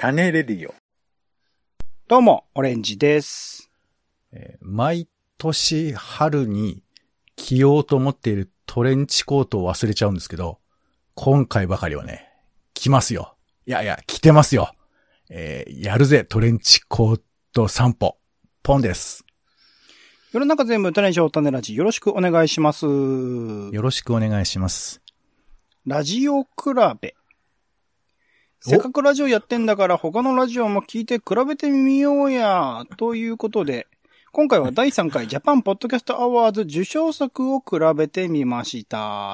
種レディオ。 どうも、オレンジです。 毎年春に着ようと思っているトレンチコートを忘れちゃうんですけど、今回ばかりはね、着ますよ。着てますよ。やるぜ、トレンチコート散歩。ポンです。 世の中全部種ラ種ラジ、よろしくお願いします。 よろしくお願いします。 ラジオ比べ。せっかくラジオやってんだから他のラジオも聞いて比べてみようや、ということで、今回は第3回ジャパンポッドキャストアワーズ受賞作を比べてみました。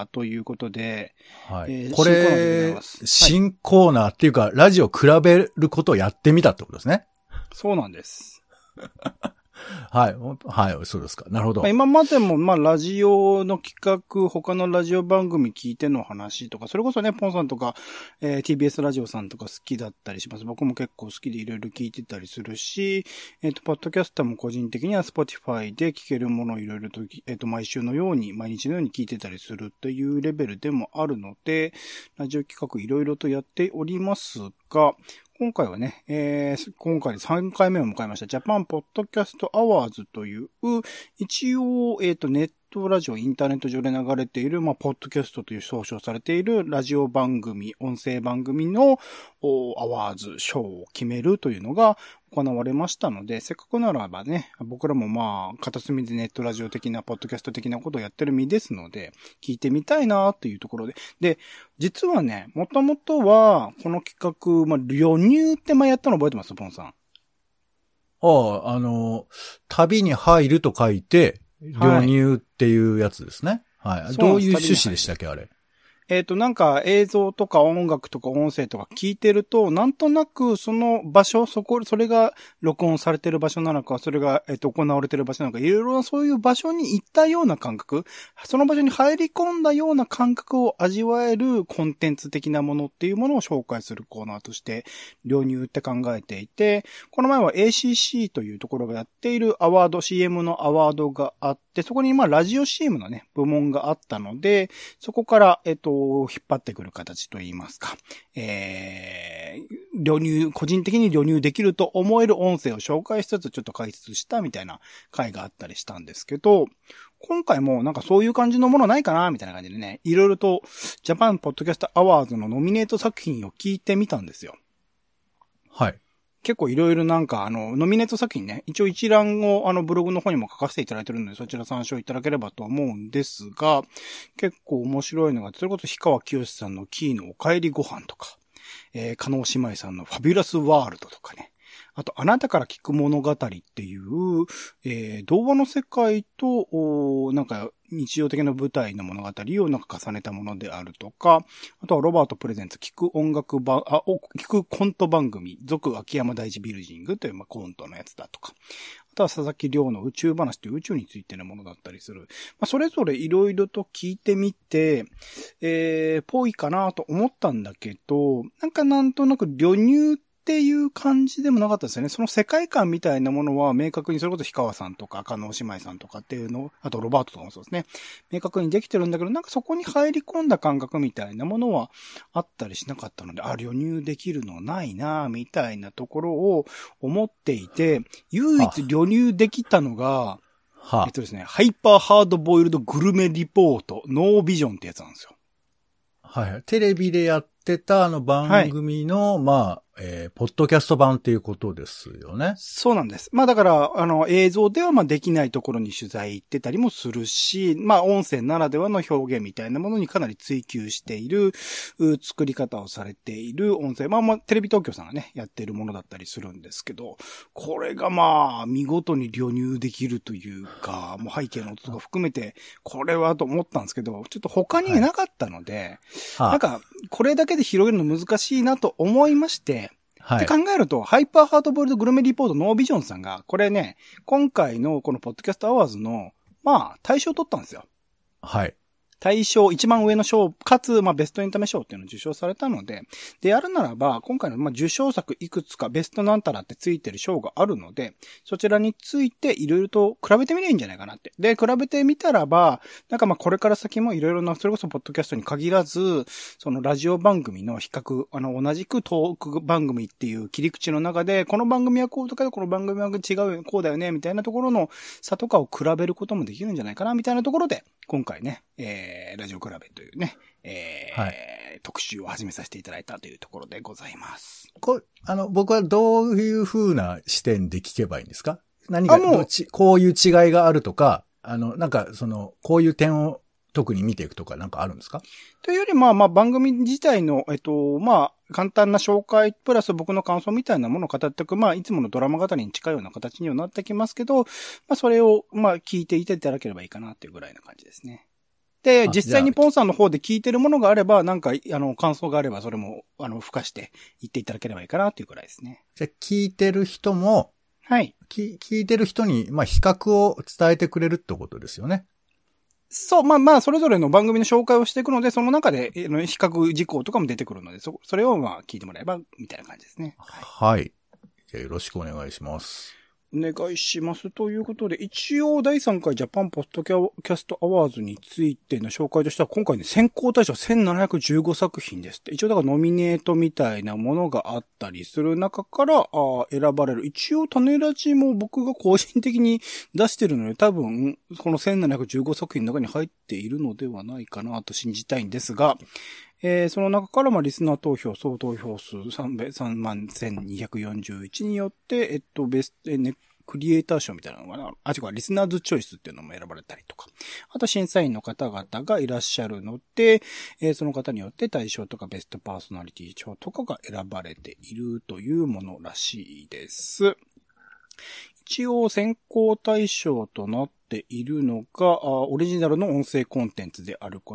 ということで、 はい。これ、新コーナーっていうか、ラジオ比べることをやってみたってことですね。 そうなんです。 はい。はい。そうですか。なるほど。 今までも、ラジオの企画、他のラジオ番組聞いての話とか、それこそね、ポンさんとか、TBS ラジオさんとか好きだったりします。僕も結構好きでいろいろ聞いてたりするし、ポッドキャスターも個人的には Spotify で聞けるものをいろいろと、毎週のように、毎日のように聞いてたりするというレベルでもあるので、ラジオ企画いろいろとやっておりますが、今回はね、今回で3回目を迎えました。ジャパンポッドキャストアワーズという、一応、ネットラジオ、インターネット上で流れている、ポッドキャストという総称されているラジオ番組、音声番組のアワーズ賞を決めるというのが行われましたので、せっかくならばね、僕らも片隅でネットラジオ的な、ポッドキャスト的なことをやってる身ですので、聞いてみたいなというところで。で、実はね、もともとは、この企画、旅入ってやったの覚えてますポンさん。 旅に入ると書いて、旅入っていうやつですね。はい。どういう趣旨でしたっけ、あれ。 なんか映像とか音楽とか音声とか聞いてると、なんとなくその場所、それが録音されてる場所なのか、それが、行われてる場所なのか、いろいろなそういう場所に行ったような感覚、その場所に入り込んだような感覚を味わえるコンテンツ的なものっていうものを紹介するコーナーとして、流入って考えていて、この前は ACC というところがやっているアワード、CM のアワードがあって、そこにラジオ CM のね、部門があったので、そこから、引っ張ってくる形といいますか、個人的に流入できると思える音声を紹介しつつちょっと解説したみたいな回があったりしたんですけど、今回もなんかそういう感じのものないかなみたいな感じでね、いろいろとジャパンポッドキャストアワーズのノミネート作品を聞いてみたんですよ。 はい。 結構いろいろなんかノミネート作品ね、一応一覧をブログの方にも書かせていただいてるので、そちら参照いただければと思うんですが、結構面白いのが、それこそ氷川きよしさんのキーのお帰りご飯とか、加納姉妹さんのファビュラスワールドとかね、あと、あなたから聞く物語っていう、童話の世界と、なんか、日常的な舞台の物語をなんか重ねたものであるとか、あとはロバートプレゼンツ聞く聞くコント番組、続秋山大地ビルジングというコントのやつだとか、あとは佐々木亮の宇宙話という宇宙についてのものだったりする。それぞれいろいろと聞いてみて、ぽいかなと思ったんだけど、なんとなく旅入っていう感じでもなかったですよね。その世界観みたいなものは明確にそれこそ氷川さんとか加納姉妹さんとかっていうの、あとロバートとかもそうですね。明確にできてるんだけど、なんかそこに入り込んだ感覚みたいなものはあったりしなかったので、旅入できるのないなみたいなところを思っていて、唯一旅入できたのが、ですね、ハイパーハードボイルドグルメリポート、ノービジョンってやつなんですよ。 はい。テレビでやってた番組の、ポッドキャスト版っていうことですよね。 そうなんです。だから、映像ではできないところに取材行ってたりもするし、音声ならではの表現みたいなものにかなり追求している、作り方をされている音声。テレビ東京さんがね、やっているものだったりするんですけど、これが見事に流入できるというか、もう背景の音とか含めて、これはと思ったんですけど、ちょっと他になかったので、なんか、これだけで広げるの難しいなと思いまして、って考えると、ハイパーハードボイルドグルメリポートノービジョンさんが、これね、今回のこのポッドキャストアワーズの、大賞を取ったんですよ。 はい。 大賞、一番上の賞、かつ、ベストエンタメ賞っていうのを受賞されたので、で、やるならば、今回の、受賞作いくつかベストなんたらってついてる賞があるので、そちらについていろいろと比べてみればいいんじゃないかなって。で、比べてみたらば、これから先もいろいろな、それこそポッドキャストに限らず、そのラジオ番組の比較、同じくトーク番組っていう切り口の中で、この番組はこうとか、この番組は違うよ、こうだよね、みたいなところの差とかを比べることもできるんじゃないかな、みたいなところで、今回ね、ラジオ比べというね、 はい、 特集を始めさせていただいたというところでございます。 僕はどういう風な視点で聞けばいいんですか？何かこういう違いがあるとか、こういう点を特に見ていくとかなんかあるんですか？ というより番組自体の、簡単な紹介プラス僕の感想みたいなものを語っていく、いつものドラマ語りに近いような形にはなってきますけど、それを、聞いていただければいいかなっていうぐらいな感じですね。で、実際にポンさんの方で聞いてるものがあれば、感想があれば、それも、付加して言っていただければいいかなっていうぐらいですね。 じゃあ、聞いてる人も、 はい。 聞いてる人に、比較を伝えてくれるってことですよね。 そう、それぞれの番組の紹介をしていくので、その中で、比較事項とかも出てくるので、それを聞いてもらえば、みたいな感じですね。 はい。じゃあよろしくお願いします。 お願いします。ということで、一応第3回ジャパンポッドキャストアワーズについての紹介としては、今回ね、選考対象1715作品ですって。一応だからノミネートみたいなものがあったりする中から選ばれる。一応種ラジも僕が個人的に出してるので、多分、この1715作品の中に入っているのではないかなと信じたいんですが、その中からリスナー投票、総投票数31,241によって、ベスト、クリエイター賞みたいなのがリスナーズチョイスっていうのも選ばれたりとか、あと審査員の方々がいらっしゃるので、その方によって大賞とかベストパーソナリティ賞とかが選ばれているというものらしいです。一応選考対象となっているのが、オリジナルの音声コンテンツであること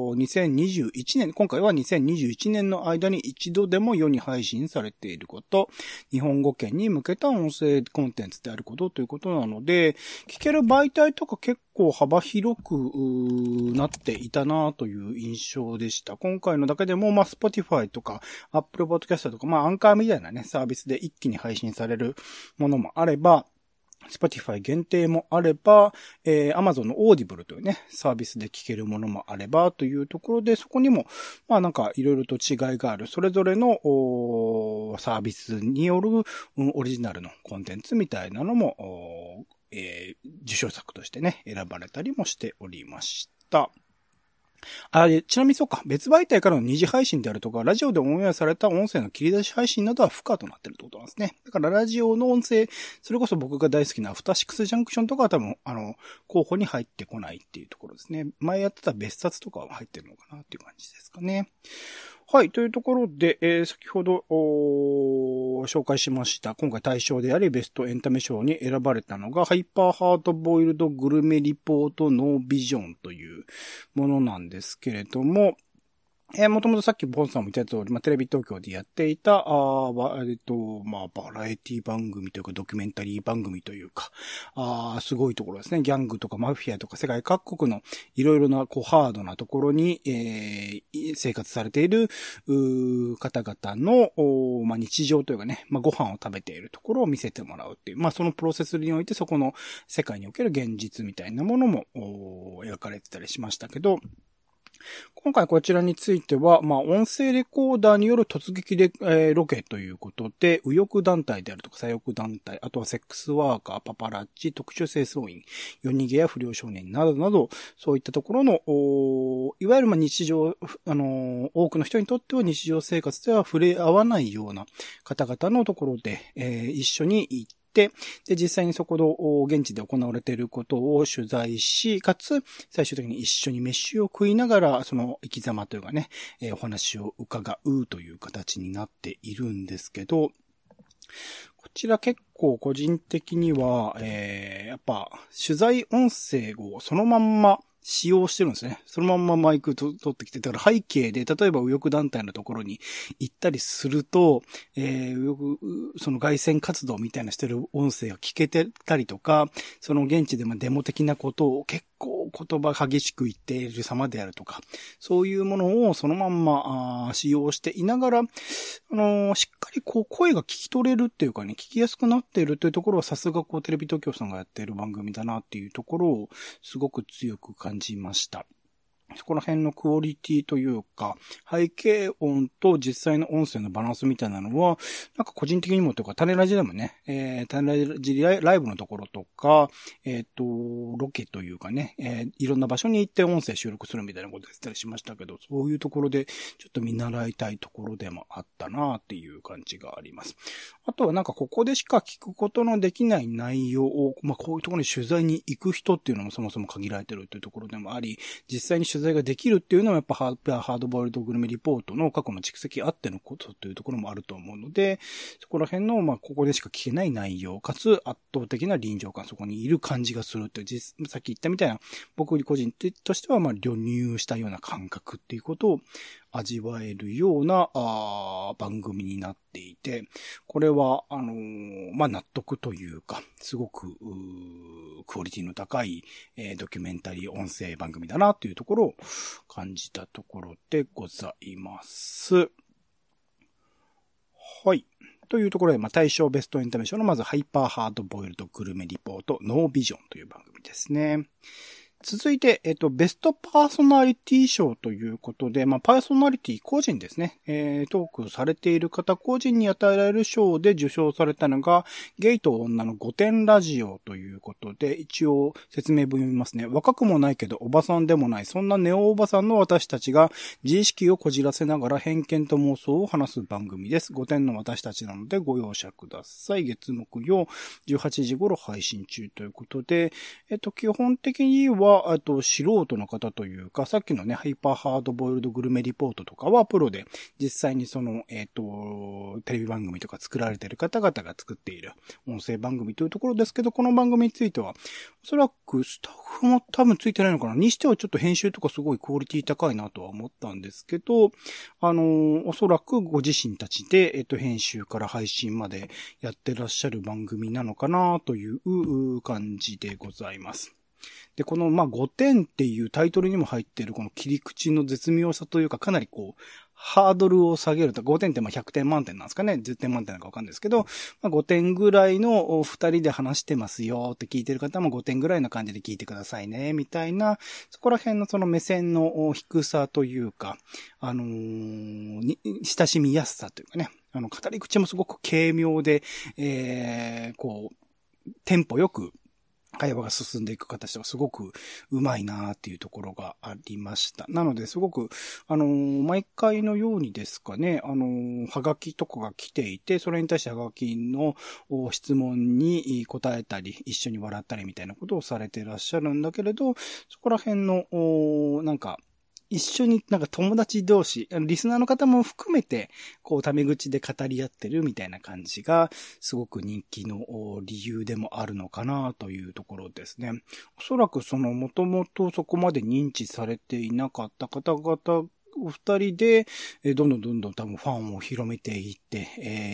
、2021年、今回は2021年の間に一度でも世に配信されていること、日本語圏に向けた音声コンテンツであることということなので、聞ける媒体とか結構幅広くなっていたなという印象でした。今回のだけでも、Spotify とか Apple Podcast とか、アンカーみたいなね、サービスで一気に配信されるものもあれば、Spotify 限定もあれば、Amazon の Audible というね、サービスで聞けるものもあればというところで、そこにも、いろいろと違いがある、それぞれのサービスによるオリジナルのコンテンツみたいなのも、受賞作としてね、選ばれたりもしておりました。ちなみにそうか、別媒体からの二次配信であるとか、ラジオでオンエアされた音声の切り出し配信などは不可となっているってことなんですね。だからラジオの音声、それこそ僕が大好きなアフターシックスジャンクションとかは多分、候補に入ってこないっていうところですね。前やってた別冊とかは入ってるのかなっていう感じですかね。はい。というところで、先ほど、紹介しました。今回大賞でありベストエンタメ賞に選ばれたのが、ハイパーハードボイルドグルメリポートノービジョンというものなんですけれども、もともとさっきボンさんも言った通り、テレビ東京でやっていた、バラエティ番組というか、ドキュメンタリー番組というか、すごいところですね。ギャングとかマフィアとか世界各国のいろいろな、ハードなところに、生活されている、方々の、日常というかね、ご飯を食べているところを見せてもらうっていう、そのプロセスにおいてそこの世界における現実みたいなものも、描かれてたりしましたけど、今回こちらについては、音声レコーダーによる突撃で、ロケということで、右翼団体であるとか左翼団体、あとはセックスワーカー、パパラッチ、特殊清掃員、夜逃げや不良少年などなど、そういったところの、いわゆる日常、多くの人にとっては日常生活では触れ合わないような方々のところで、一緒に行って、で、実際にそこの現地で行われていることを取材し、かつ、最終的に一緒に飯を食いながら、その生き様というかね、お話を伺うという形になっているんですけど、こちら結構個人的には、やっぱ取材音声をそのまんま使用してるんですね。そのまんまマイク取ってきて、だから背景で、例えば右翼団体のところに行ったりすると、その外線活動みたいなしてる音声が聞けてたりとか、その現地でデモ的なことを結こう言葉激しく言っている様であるとか、そういうものをそのまんま使用していながら、しっかりこう声が聞き取れるっていうかね、聞きやすくなっているというところはさすがこうテレビ東京さんがやっている番組だなっていうところをすごく強く感じました。そこら辺のクオリティというか、背景音と実際の音声のバランスみたいなのは、なんか個人的にもというか、種ラジでもね、種ラジライブのところとか、ロケというかね、いろんな場所に行って音声収録するみたいなことやったりしましたけど、そういうところでちょっと見習いたいところでもあったなっていう感じがあります。あとはなんかここでしか聞くことのできない内容を、まあこういうところに取材に行く人っていうのもそもそも限られてるというところでもあり、実際に取材ができるっていうのはやっぱハードボイルドグルメリポートの過去の蓄積あってのことというところもあると思うので、そこら辺のまあここでしか聞けない内容かつ圧倒的な臨場感、そこにいる感じがするってさっき言ったみたいな僕個人としてはまあ流入したような感覚っていうことを味わえるような番組になっていて、これはまあ納得というかすごくクオリティの高い、ドキュメンタリー音声番組だなというところを感じたところでございます。はい。というところで、まあ、対象ベストエンタメ賞のまずハイパーハードボイルドグルメリポートノービジョンという番組ですね。続いて、ベストパーソナリティ賞ということで、まあ、パーソナリティ個人ですね。トークされている方個人に与えられる賞で受賞されたのが、ゲイと女の5点ラジオということで、一応説明文読みますね。若くもないけどおばさんでもない、そんなネオおばさんの私たちが自意識をこじらせながら偏見と妄想を話す番組です。5点の私たちなのでご容赦ください。月木曜18時頃配信中ということで、基本的には素人の方というか、さっきのね、ハイパーハードボイルドグルメリポートとかはプロで、実際にその、テレビ番組とか作られている方々が作っている音声番組というところですけど、この番組については、おそらくスタッフも多分ついてないのかなにしてはちょっと編集とかすごいクオリティ高いなとは思ったんですけど、おそらくご自身たちで、編集から配信までやってらっしゃる番組なのかなという感じでございます。で、この、まあ、5点っていうタイトルにも入っているこの切り口の絶妙さというか、かなりこう、ハードルを下げると、5点ってまあ100点満点なんですかね。10点満点なのかわかんないですけど、まあ、5点ぐらいの2人で話してますよって聞いてる方も5点ぐらいの感じで聞いてくださいね、みたいな、そこら辺のその目線の低さというか、親しみやすさというかね、語り口もすごく軽妙で、こう、テンポよく、会話が進んでいく形がすごくうまいなっていうところがありました。なので、すごく、毎回のようにですかね、はがきとかが来ていて、それに対してはがきの質問に答えたり、一緒に笑ったりみたいなことをされていらっしゃるんだけれど、そこら辺の、なんか、一緒になんか友達同士、リスナーの方も含めて、こう、タメ口で語り合ってるみたいな感じが、すごく人気の理由でもあるのかなというところですね。おそらくもともとそこまで認知されていなかった方々、お二人で、どんどん多分ファンを広めていって、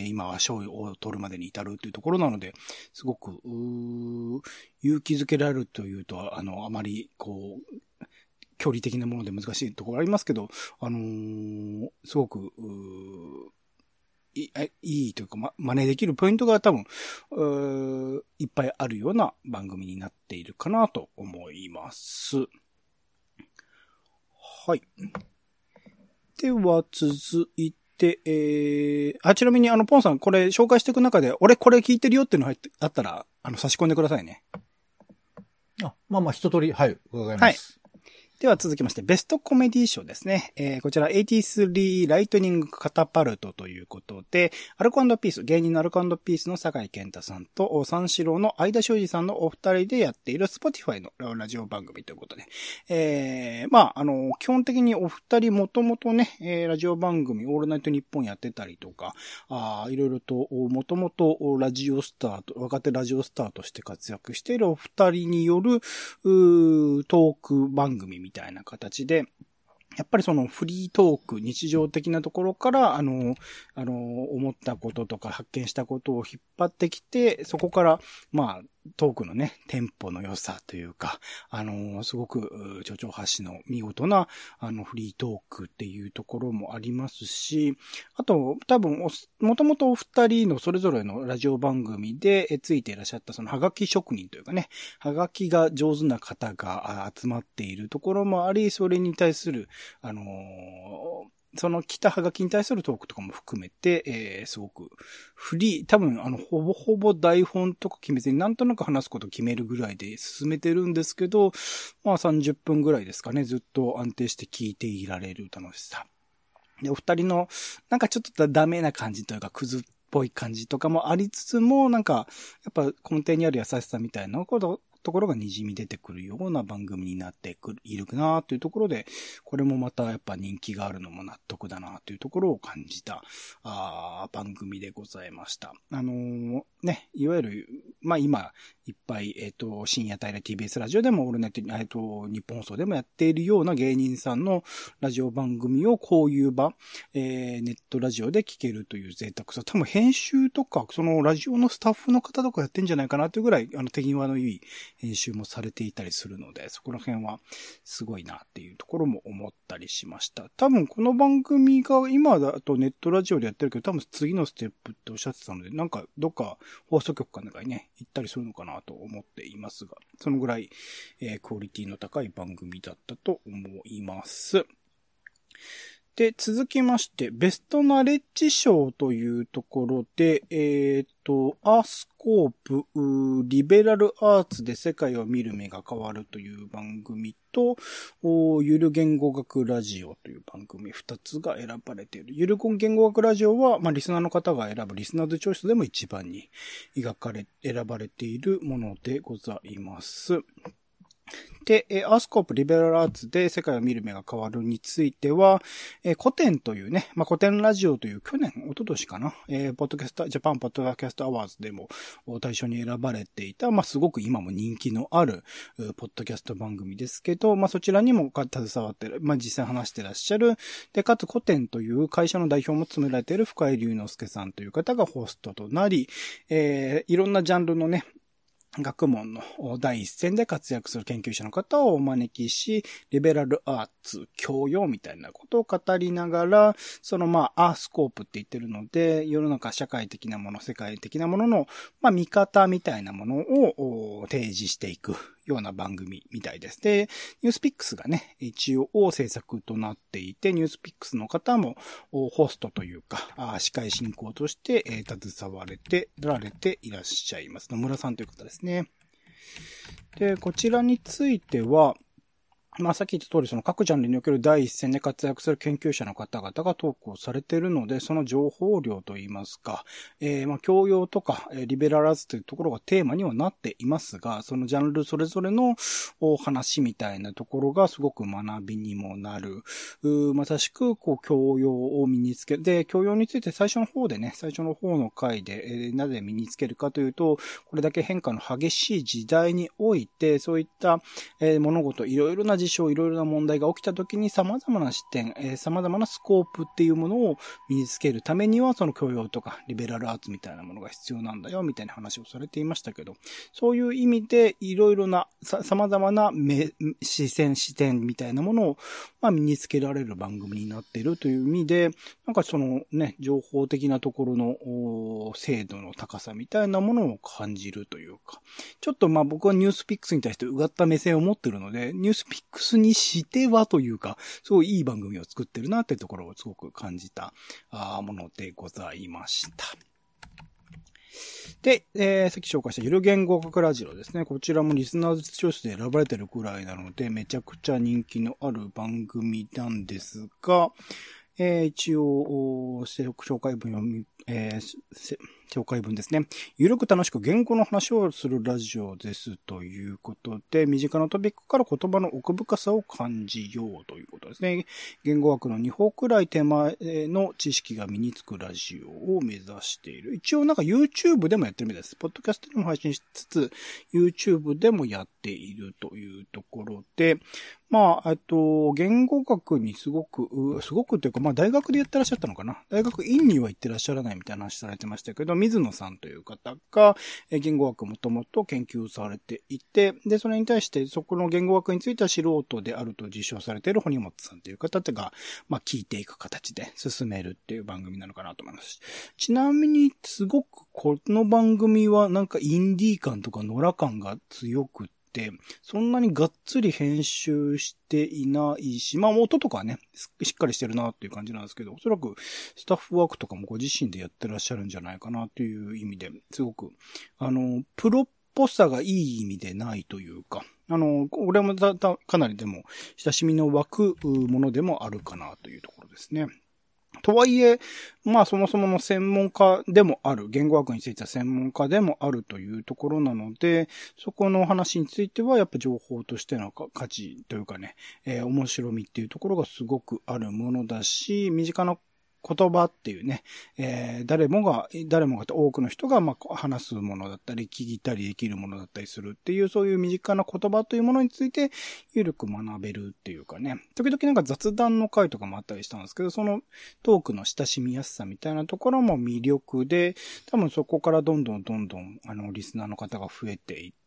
今は賞を取るまでに至るというところなので、すごく、勇気づけられるというと、あまり、こう、距離的なもので難しいところありますけど、すごく、いいというか、真似できるポイントが多分、いっぱいあるような番組になっているかなと思います。はい。では、続いて、ちなみにポンさん、これ紹介していく中で、俺これ聞いてるよっていうのがあったら、差し込んでくださいね。 まあ、一通り、はい、伺います。 はい。では続きまして、ベストコメディ賞ですね。こちら、83ライトニングカタパルトということで、アルコ&ピース、芸人のアルコ&ピースの酒井健太さんと、三四郎の相田修二さんのお二人でやっている Spotify のラジオ番組ということで、基本的にお二人もともとね、ラジオ番組、オールナイトニッポンやってたりとか、いろいろと、もともとラジオスターと、若手ラジオスターとして活躍しているお二人による、トーク番組みたいな形で、やっぱりそのフリートーク、日常的なところから、思ったこととか発見したことを引っ張ってきて、そこから、まあ、 トークのね、テンポの良さというか、すごく、丁々発止の見事な、フリートークっていうところもありますし、あと、多分、もともとお二人のそれぞれのラジオ番組でついていらっしゃったそのハガキ職人というかね、ハガキが上手な方が集まっているところもあり、それに対する、その来たハガキに対するトークとかも含めて、すごくフリー、多分ほぼほぼ台本とか決めずになんとなく話すことを決めるぐらいで進めてるんですけど、まあ30分ぐらいですかね、ずっと安定して聞いていられる楽しさ。で、お二人のなんかちょっとダメな感じというかクズっぽい感じとかもありつつも、なんかやっぱ根底にある優しさみたいなところが滲み出てくるような番組になっているなというところで、これもまたやっぱ人気があるのも納得だなというところを感じた番組でございました。ね、いわゆる、まあ今いっぱい深夜帯で TBS ラジオでもオールナイト日本放送でもやっているような芸人さんのラジオ番組をこういう場、ネットラジオで聞けるという贅沢さ、多分編集とかそのラジオのスタッフの方とかやってんじゃないかなというぐらい手際のいい編集もされていたりするので、そこら辺はすごいなっていうところも思ったりしました。多分この番組が今だとネットラジオでやってるけど、多分次のステップっておっしゃってたので、なんかどっか放送局かなんかにね、行ったりするのかなと思っていますが、そのぐらい、クオリティの高い番組だったと思います。で、続きまして、ベストナレッジ賞というところで、アースコープ、リベラルアーツで世界を見る目が変わるという番組と、ゆる言語学ラジオという番組2つが選ばれている。ゆる言語学ラジオは、まあ、リスナーの方が選ぶリスナーズチョイスでも一番に選ばれているものでございます。で、アースコープリベラルアーツで世界を見る目が変わるについては、古典というね、まあ、古典ラジオという一昨年かな、ポッドキャスト、ジャパンポッドキャストアワーズでも対象に選ばれていた、まあ、すごく今も人気のある、ポッドキャスト番組ですけど、まあ、そちらにも携わってる、まあ、実際話してらっしゃる、で、かつ古典という会社の代表も務められている深井龍之介さんという方がホストとなり、いろんなジャンルのね、学問の第一線で活躍する研究者の方をお招きし、リベラルアーツ、教養みたいなことを語りながら、そのまあ、アースコープって言ってるので、世の中社会的なもの、世界的なものの、まあ、見方みたいなものを提示していくような番組みたいです。で、ニュースピックスがね、一応制作となっていて、ニュースピックスの方もホストというか、司会進行として、携われてられていらっしゃいます。野村さんという方ですね。で、こちらについては、まあ、さっき言った通り、その各ジャンルにおける第一線で活躍する研究者の方々がトークをされているので、その情報量といいますか、まあ、教養とか、リベラルアーツというところがテーマにはなっていますが、そのジャンルそれぞれの話みたいなところがすごく学びにもなる。まさしく、教養を身につける。で、教養について最初の方の回で、なぜ身につけるかというと、これだけ変化の激しい時代において、そういった、物事、いろいろな事象、いろいろな問題が起きたときに様々な視点、様々なスコープっていうものを身につけるためには、その教養とかリベラルアーツみたいなものが必要なんだよ、みたいな話をされていましたけど、そういう意味でいろいろな様々な視点みたいなものを、まあ、身につけられる番組になっているという意味で、なんかそのね、情報的なところの精度の高さみたいなものを感じるというか、ちょっとまあ僕はニュースピックスに対してうがった目線を持っているので、ニュースピックスにしてはというか、すごいいい番組を作ってるなっていうところをすごく感じたものでございました。で、さっき紹介したゆる言語学ラジオですね。こちらもリスナーズチョイスで選ばれてるくらいなので、めちゃくちゃ人気のある番組なんですが、一応、紹介文紹介文ですね。ゆるく楽しく言語の話をするラジオですということで、身近なトピックから言葉の奥深さを感じようということですね。言語学の2歩くらい手前の知識が身につくラジオを目指している。一応なんか YouTube でもやってるみたいです。ポッドキャストでも配信しつつ、YouTube でもやっているというところで、まあ、言語学にすごくというか、まあ大学でやってらっしゃったのかな。大学院には行ってらっしゃらないみたいな話されてましたけど、 水野さんという方が、言語学をもともと研究されていて、で、それに対してそこの言語学については素人であると実証されている堀本さんという方が、まあ、聞いていく形で進めるっていう番組なのかなと思います。ちなみに、すごくこの番組はなんかインディー感とかノラ感が強くて、そんなにがっつり編集していないし、まあ音とかはね、しっかりしてるなっていう感じなんですけど、おそらくスタッフワークとかもご自身でやってらっしゃるんじゃないかなという意味で、すごく、プロっぽさがいい意味でないというか、俺もかなりでも親しみの湧くものでもあるかなというところですね。とはいえ、まあそもそもの専門家でもある、言語学については専門家でもあるというところなので、そこの話についてはやっぱ情報としての価値というかね、面白みっていうところがすごくあるものだし、身近な言葉っていうね、誰もが多くの人がまあ話すものだったり聞いたりできるものだったりするっていうそういう身近な言葉というものについてゆるく学べるっていうかね、時々なんか雑談の回とかもあったりしたんですけど、そのトークの親しみやすさみたいなところも魅力で、多分そこからどんどんリスナーの方が増えていって、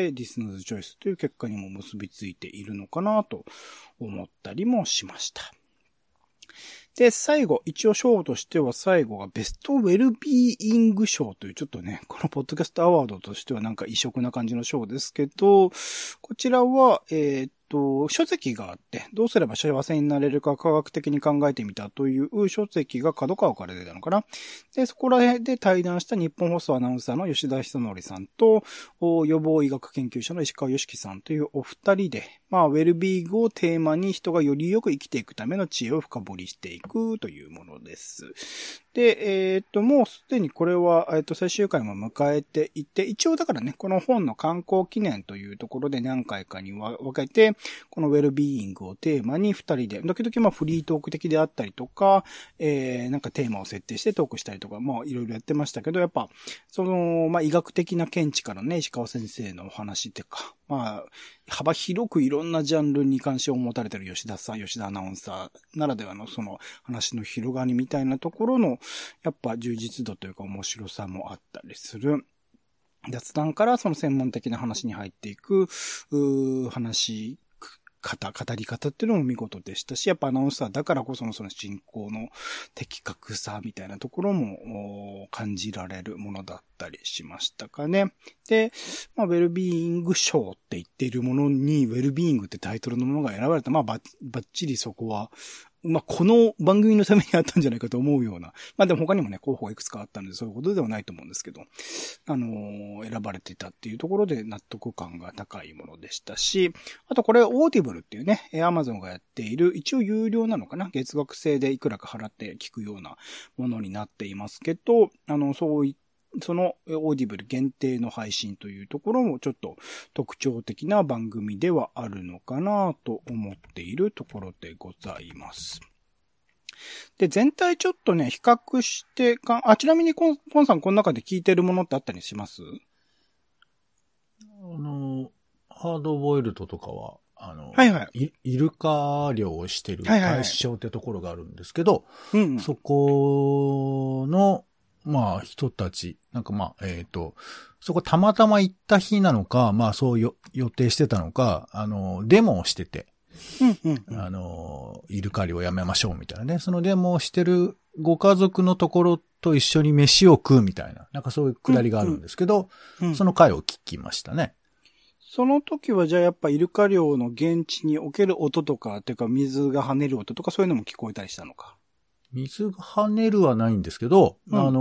リスナーズチョイスという結果にも結びついているのかなと思ったりもしました。で、最後、一応賞としては最後がベストウェルビーイング賞というちょっとね、このポッドキャストアワードとしてはなんか異色な感じの賞ですけど、こちらは、書籍があって、どうすれば幸せになれるか科学的に考えてみたという書籍が角川から出たのかな。で、そこら辺で対談した日本放送アナウンサーの吉田久典さんと、予防医学研究者の石川良樹さんというお二人で、まあ、ウェルビーイングをテーマに人がよりよく生きていくための知恵を深掘りしていくというものです。で、もうすでにこれは、最終回も迎えていて、一応だからね、この本の刊行記念というところで何回かに分けて、このウェルビーイングをテーマに二人で、時々まあフリートーク的であったりとか、なんかテーマを設定してトークしたりとか、まあいろいろやってましたけど、やっぱ、まあ医学的な見地からね、石川先生のお話っていうか、まあ、幅広くいろんなジャンルに関心を持たれている吉田アナウンサーならではのその話の広がりみたいなところの、やっぱ充実度というか面白さもあったりする。雑談からその専門的な話に入っていく、語り方っていうのも見事でしたし、やっぱアナウンサーだからこそのその進行の的確さみたいなところも感じられるものだったりしましたかね。で、まあ、ウェルビーイング賞って言っているものに、ウェルビーイングってタイトルのものが選ばれた。まあ、ばっちりそこは、まあ、この番組のためにあったんじゃないかと思うような。まあ、でも他にもね、候補がいくつかあったので、そういうことではないと思うんですけど、選ばれていたっていうところで納得感が高いものでしたし、あとこれ、オーディブルっていうね、Amazon がやっている、一応有料なのかな、月額制でいくらか払って聞くようなものになっていますけど、そのオーディブル限定の配信というところもちょっと特徴的な番組ではあるのかなと思っているところでございます。で、全体ちょっとね、比較してちなみにポンさんこの中で聞いてるものってあったりします？ ハードボイルドとかは、 はいはい。 イルカ漁をしてる対象ってところがあるんですけど、そこの、まあ、人たち、なんかまあ、そこたまたま行った日なのか、まあそう予定してたのか、デモをしてて、イルカ漁をやめましょうみたいなね、そのデモをしてるご家族のところと一緒に飯を食うみたいな、なんかそういうくだりがあるんですけど、その回を聞きましたね。 その時はじゃあやっぱイルカ漁の現地における音とか、っていうか水が跳ねる音とかそういうのも聞こえたりしたのか。 水が跳ねるはないんですけど、まあ、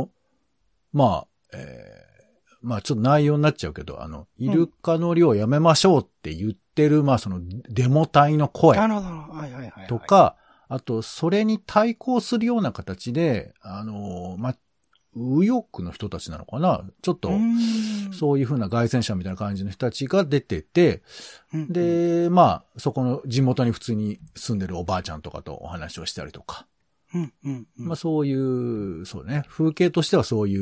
まあちょっと内容になっちゃうけど、イルカの漁をやめましょうって言ってる、まあそのデモ隊の声とか、あとそれに対抗するような形で、まあ、右翼の人たちなのかな、ちょっと、そういう風な外旋者みたいな感じの人たちが出てて、で、まあ、そこの地元に普通に住んでるおばあちゃんとかとお話をしたりとか、まあそういう、そうね、風景としてはそういう、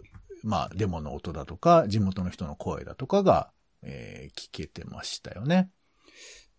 まあデモの音だとか、地元の人の声だとかが、聞けてましたよね。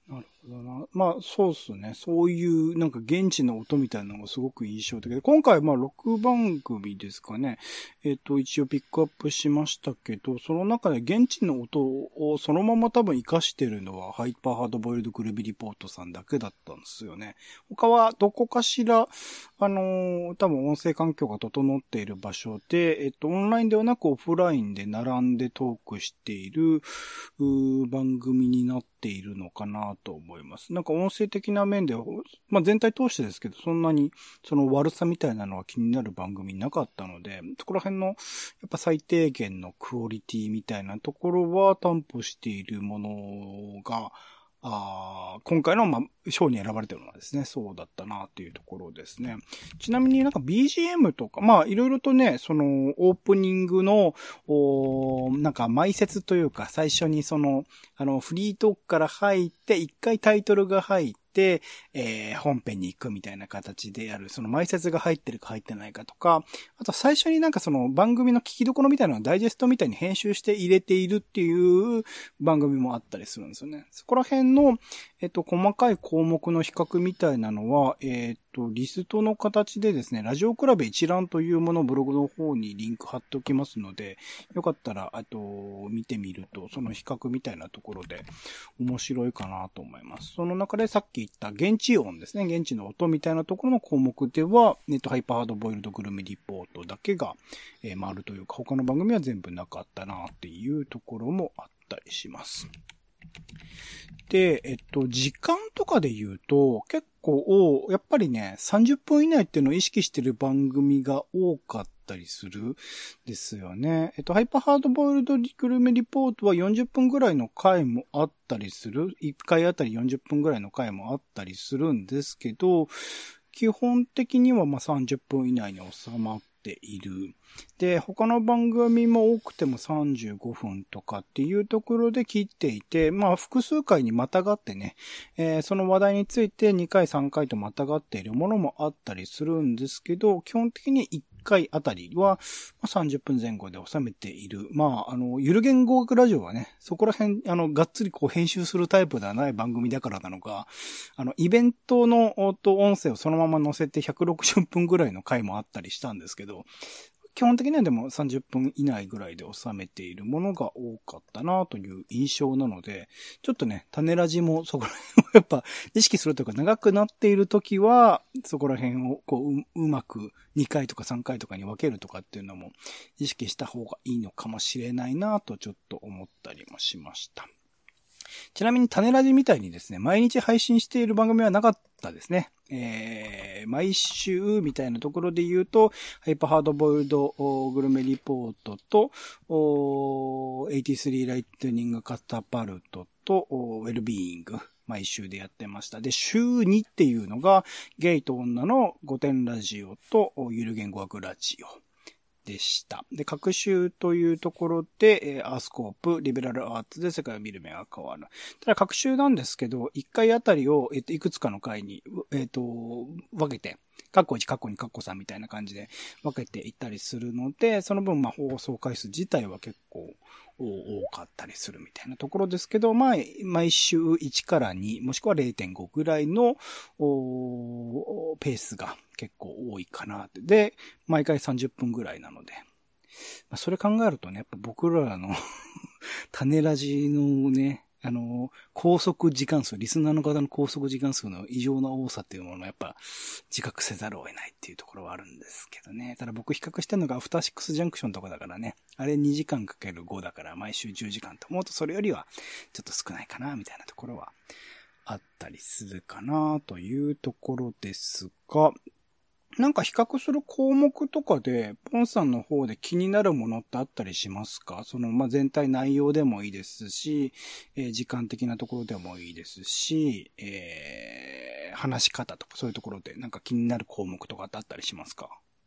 なるほどな。まあ、そうっすね。そういう、なんか現地の音みたいなのがすごく印象的で、今回、まあ、6番組ですかね。一応ピックアップしましたけど、その中で現地の音をそのまま多分活かしてるのは、ハイパーハードボイルドグルメリポートさんだけだったんですよね。他はどこかしら、多分音声環境が整っている場所で、オンラインではなくオフラインで並んでトークしている、番組になっているのかなと思います。なんか音声的な面では、まあ、全体通してですけど、そんなにその悪さみたいなのは気になる番組なかったので、そこら辺のやっぱ最低限のクオリティみたいなところは担保しているものが、今回の、まあ、賞に選ばれてるのはですね、そうだったなっていうところですね。ちなみになんか BGM とか、まあ、いろいろとね、その、オープニングの、なんか前説というか、最初にその、フリートークから入って、一回タイトルが入って、本編に行くみたいな形でやる、その前説が入ってるか入ってないかとか、あと最初になんかその番組の聞きどころみたいなのをダイジェストみたいに編集して入れているっていう番組もあったりするんですよね。そこら辺の、細かい項目の比較みたいなのは、リストの形でですね、ラジオクラブ一覧というものをブログの方にリンク貼っておきますので、よかったら、見てみると、その比較みたいなところで面白いかなと思います。その中でさっき言った現地音ですね、現地の音みたいなところの項目では、ハイパーハードボイルドグルメリポートだけが、丸というか、他の番組は全部なかったなっていうところもあったりします。で、時間とかで言うと、結構、やっぱりね、30分以内っていうのを意識してる番組が多かったりするですよね。ハイパーハードボイルドグルメリポートは40分ぐらいの回もあったりする。1回あたり40分ぐらいの回もあったりするんですけど、基本的にはまあ30分以内に収まっている。で、他の番組も多くても35分とかっていうところで切っていて、まあ複数回にまたがってね、その話題について2回3回とまたがっているものもあったりするんですけど、基本的に1回あたりは30分前後で収めている。まあ、ゆる言語学ラジオはね、そこら辺、がっつりこう編集するタイプではない番組だからなのか、イベントの音声をそのまま載せて160分ぐらいの回もあったりしたんですけど、基本的にはでも30分以内ぐらいで収めているものが多かったなという印象なので、ちょっとね、種ラジもそこら辺をやっぱ意識するというか長くなっているときは、そこら辺をこう、うまく2回とか3回とかに分けるとかっていうのも意識した方がいいのかもしれないなとちょっと思ったりもしました。ちなみに種ラジみたいにですね、毎日配信している番組はなかったですね。毎週みたいなところで言うと、ハイパーハードボイルドグルメリポートと、83ライトニングカタパルトと、ウェルビーイング。毎週でやってました。で、週2っていうのが、ゲイと女の5点ラジオと、ゆる言語学ラジオ。でした。で、各週というところで、アースコープ、リベラルアーツで世界を見る目が変わる。ただ各週なんですけど、1回あたりを、いくつかの回に、分けて、カッコ1、カッコ2、カッコ3みたいな感じで分けていったりするので、その分、まあ、放送回数自体は結構多かったりするみたいなところですけど、まあ、毎週1から2、もしくは 0.5 ぐらいの、ペースが結構多いかなって。で、毎回30分ぐらいなので。まあ、それ考えるとね、やっぱ僕らの種ラジのね、拘束時間数、リスナーの方の拘束時間数の異常な多さっていうものをやっぱ自覚せざるを得ないっていうところはあるんですけどね。ただ僕比較してるのがアフターシックスジャンクションとかだからね。あれ2時間かける5だから毎週10時間と思うとそれよりはちょっと少ないかなみたいなところはあったりするかなというところですが、なんか比較する項目とかで、ポンさんの方で気になるものってあったりしますか？まあ、全体内容でもいいですし、時間的なところでもいいですし、話し方とかそういうところでなんか気になる項目とかってあったりしますか？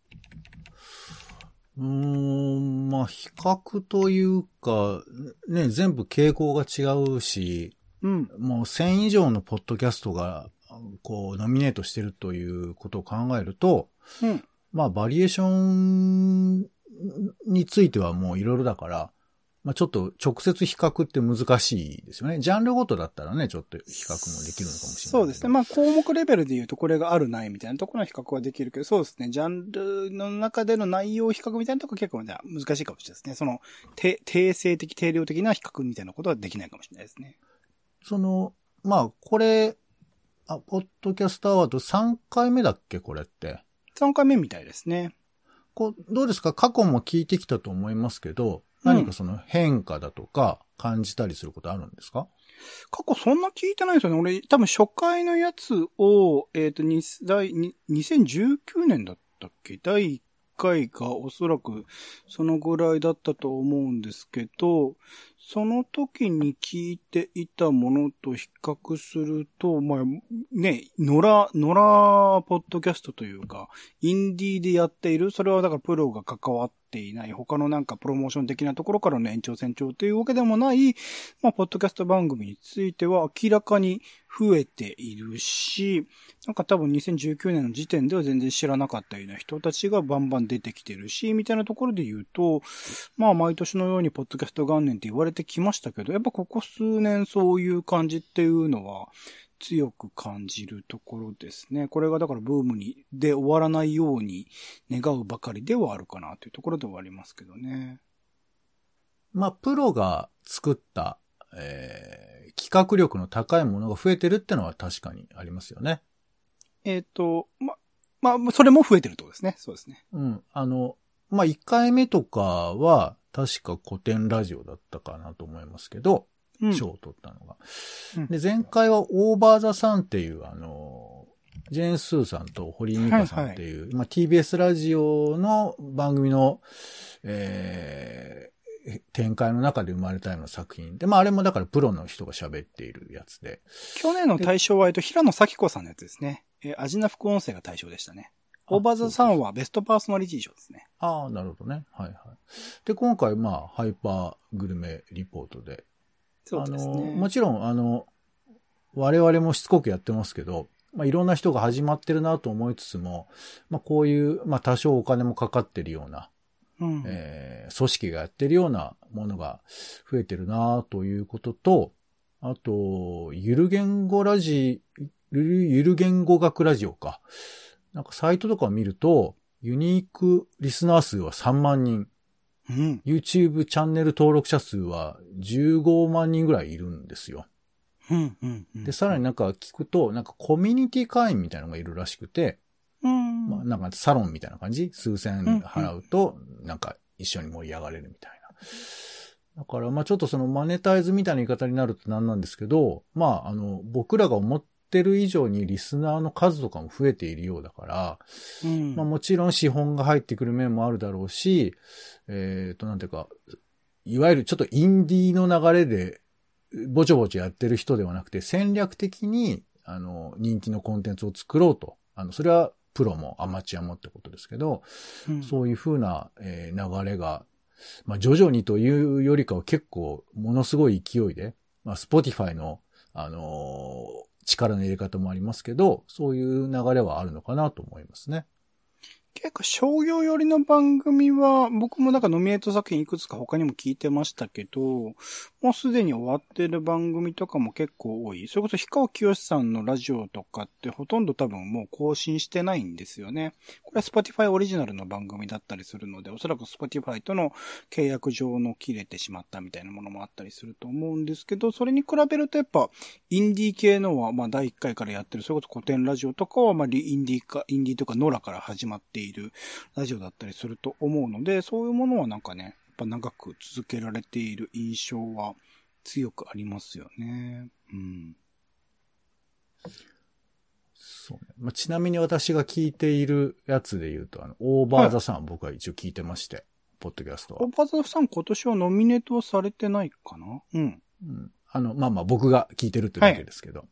まあ、比較というか、ね、全部傾向が違うし、 うん。 もう1000以上のポッドキャストが、こう、ノミネートしてるということを考えると、 うん。 まあ、バリエーションについてはもういろいろだから、 まあちょっと直接比較って難しいですよね。ジャンルごとだったらね、ちょっと比較もできるのかもしれない。 そうですね。まあ項目レベルで言うとこれがあるないみたいなところの比較はできるけど、そうですね。ジャンルの中での内容比較みたいなところ結構じゃあ難しいかもしれないですね。その、定性的、定量的な比較みたいなことはできないかもしれないですね。 まあこれ、ポッドキャストアワード3回目だっけこれって。 3回目みたいですね。 どうですか過去も聞いてきたと思いますけど、何かその変化だとか感じたりすることあるんですか？ 過去そんな聞いてないですよね。俺、多分初回のやつを、2019年だったっけ？第1回がおそらくそのぐらいだったと思うんですけど、その時に聞いていたものと比較すると、まあ、ね、野良ポッドキャストというか、インディーでやっている、それはだからプロが関わっていない、他のなんかプロモーション的なところからの延長線上というわけでもない、まあ、ポッドキャスト番組については明らかに増えているし、なんか多分2019年の時点では全然知らなかったような人たちがバンバン出てきてるし、みたいなところで言うと、まあ毎年のようにポッドキャスト元年って言われてきましたけど、やっぱここ数年そういう感じっていうのは強く感じるところですね。これがだからブームで終わらないように願うばかりではあるかなというところではありますけどね。 まあプロが作った、企画力の高いものが増えてるってのは確かにありますよね。 まあ、それも増えてるってことですね。そうですね。 うん。まあ、1回目とかは、確か古典ラジオだったかなと思いますけど、賞を取ったのが。で、前回はオーバーザさんっていう、ジェーン・スーさんと堀井美香さんっていう、まあ、TBS ラジオの番組の、展開の中で生まれたような作品で、まあ、あれもだからプロの人が喋っているやつで。 去年の大賞は、平野咲子さんのやつですね。アジナ副音声が大賞でしたね。オーバーザさんはベストパーソナリティ賞ですね。 ああ、なるほどね。はいはい。で、今回、まあ、ハイパーグルメリポートで。 そうですね。 もちろん、我々もしつこくやってますけど、まあ、いろんな人が始まってるなと思いつつも、まあ、こういう、まあ、多少お金もかかってるような、組織がやってるようなものが増えてるなということと、あと、ゆる言語学ラジオか。なんかサイトとかを見ると、ユニークリスナー数は3万人。YouTube チャンネル登録者数は15万人ぐらいいるんですよ。で、さらになんか聞くと、なんかコミュニティ会員みたいなのがいるらしくて、まあなんかサロンみたいな感じ？数千払うと、なんか一緒に盛り上がれるみたいな。だからまあちょっとそのマネタイズみたいな言い方になるとなんなんですけど、まあ僕らが思ってる以上にリスナーの数とかも増えているようだから、まあもちろん資本が入ってくる面もあるだろうし、なんていうか、いわゆるちょっとインディーの流れで、ぼちょぼちょやってる人ではなくて、戦略的に、人気のコンテンツを作ろうと。それはプロもアマチュアもってことですけど、そういう風な、流れが、まあ徐々にというよりかは結構ものすごい勢いで、まあ Spotify の、力の入れ方もありますけど、そういう流れはあるのかなと思いますね。 結構商業寄りの番組は、僕もなんかノミネート作品いくつか他にも聞いてましたけど、もうすでに終わってる番組とかも結構多い。それこそ氷川きよしさんのラジオとかってほとんど多分もう更新してないんですよね。これは Spotify オリジナルの番組だったりするので、おそらく Spotify との契約上の切れてしまったみたいなものもあったりすると思うんですけど、それに比べるとやっぱインディー系のはまあ第1回からやってる、それこそ古典ラジオとかはまあインディーとかノラから始まっているラジオだったりすると思うので、そういうものはなんかね、やっぱ長く続けられている印象は強くありますよね。 そうね。まあ、ちなみに私が聞いているやつで言うと、オーバーザさん、僕は一応聞いてまして、ポッドキャストは。 オーバーザさん今年はノミネートはされてないかな？ まあまあ僕が聞いてるってだけですけど。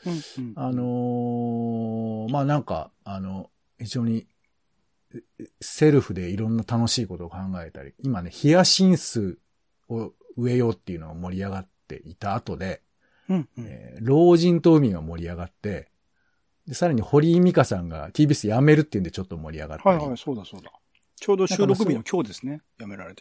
まあなんか、非常に、セルフでいろんな楽しいことを考えたり、今ね、ヒヤシンスを植えようっていうのが盛り上がっていた後で、老人と海が盛り上がって、で、さらに堀井美香さんが TBS 辞めるっていうんでちょっと盛り上がって。 はいはい、そうだ。ちょうど収録日の今日ですね、辞められた人。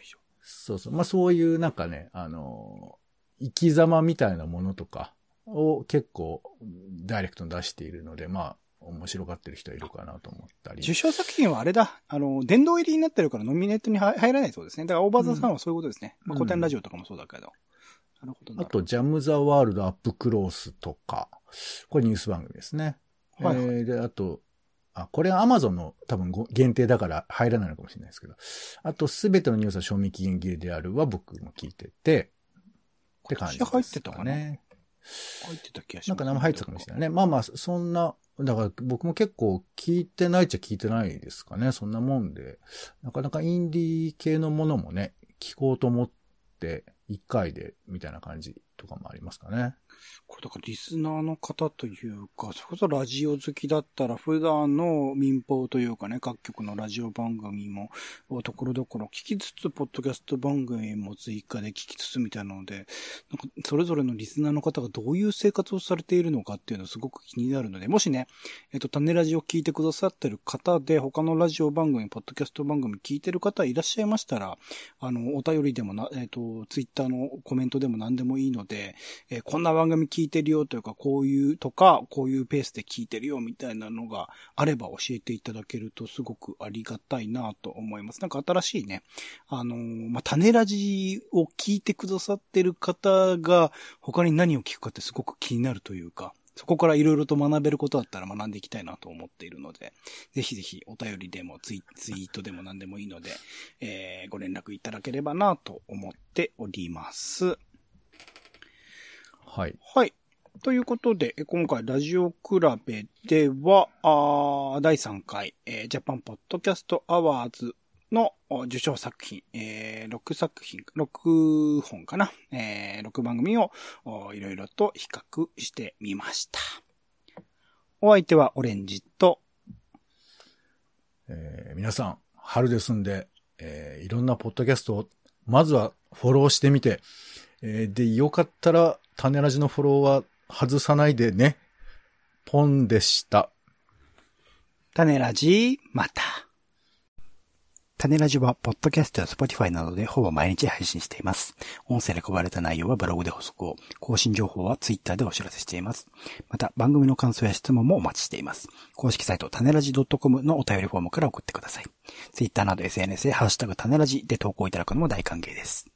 そうそう。まあそういうなんかね、生き様みたいなものとかを結構ダイレクトに出しているので、まあ面白がってる人はいるかなと思ったり。 受賞作品はあれだ。殿堂入りになってるからノミネートに入らないそうですね。だからオーバーザさんはそういうことですね。まあ、古典ラジオとかもそうだけど。なるほど。 あと、ジャム・ザ・ワールド・アップ・クロースとか、これニュース番組ですね。 はいはい、 で、あと、これは Amazon の多分限定だから入らないのかもしれないですけど、あと、すべてのニュースは賞味期限切れであるは僕も聞いてて、って感じですかね。 入ってたかな？入ってた気がします。 なんか名前入ってたかもしれないね。まあまあ、そんな、だから僕も結構聞いてないっちゃ聞いてないですかね。そんなもんで。なかなかインディー系のものもね、聞こうと思って、1回でみたいな感じとかもありますかね。 これだからリスナーの方というか、それこそラジオ好きだったら普段の民放というかね、各局のラジオ番組もところどころ聞きつつ、ポッドキャスト番組も追加で聞きつつみたいなので、なんかそれぞれのリスナーの方がどういう生活をされているのかっていうのすごく気になるので、もしね、種ラジを聞いてくださってる方で、他のラジオ番組、ポッドキャスト番組聞いてる方いらっしゃいましたら、お便りでもツイッターのコメントでも何でもいいので、こんな番組聞いてるよというか、こういうペースで聞いてるよみたいなのがあれば教えていただけるとすごくありがたいなと思います。なんか新しいね、種ラジを聞いてくださってる方が他に何を聞くかってすごく気になるというか、そこからいろいろと学べることだったら学んでいきたいなと思っているので、ぜひぜひお便りでもツイートでも何でもいいので、ご連絡いただければなと思っております。 はい。 はい。ということで、今回ラジオ比べでは、第3回、ジャパンポッドキャストアワーズの受賞作品、6本かな、6番組をいろいろと比較してみました。お相手はオレンジと、 皆さん、春ですんで、いろんなポッドキャストを、まずはフォローしてみて、で、よかったら、種ラジのフォローは外さないでね。ポンでした。 種ラジ、また。種ラジは、ポッドキャストや Spotify などでほぼ毎日配信しています。音声で配られた内容はブログで補足を、更新情報は Twitter でお知らせしています。また、番組の感想や質問もお待ちしています。公式サイト、種ラジ .com のお便りフォームから送ってください。Twitter など SNS でハッシュタグ種ラジで投稿いただくのも大歓迎です。